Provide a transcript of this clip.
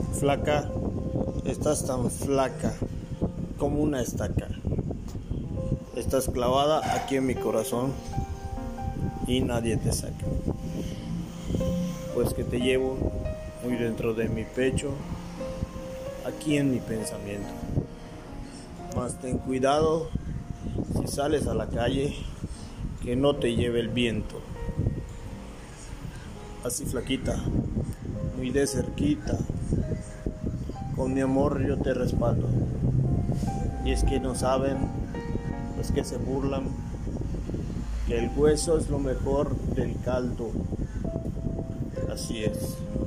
Flaca, estás tan flaca como una estaca. Estás clavada aquí en mi corazón y nadie te saca. Pues que te llevo muy dentro de mi pecho, aquí en mi pensamiento. Mas ten cuidado si sales a la calle, que no te lleve el viento. Así flaquita, muy de cerquita, con mi amor yo te respaldo. Y es que no saben, los que se burlan, que el hueso es lo mejor del caldo. Así es.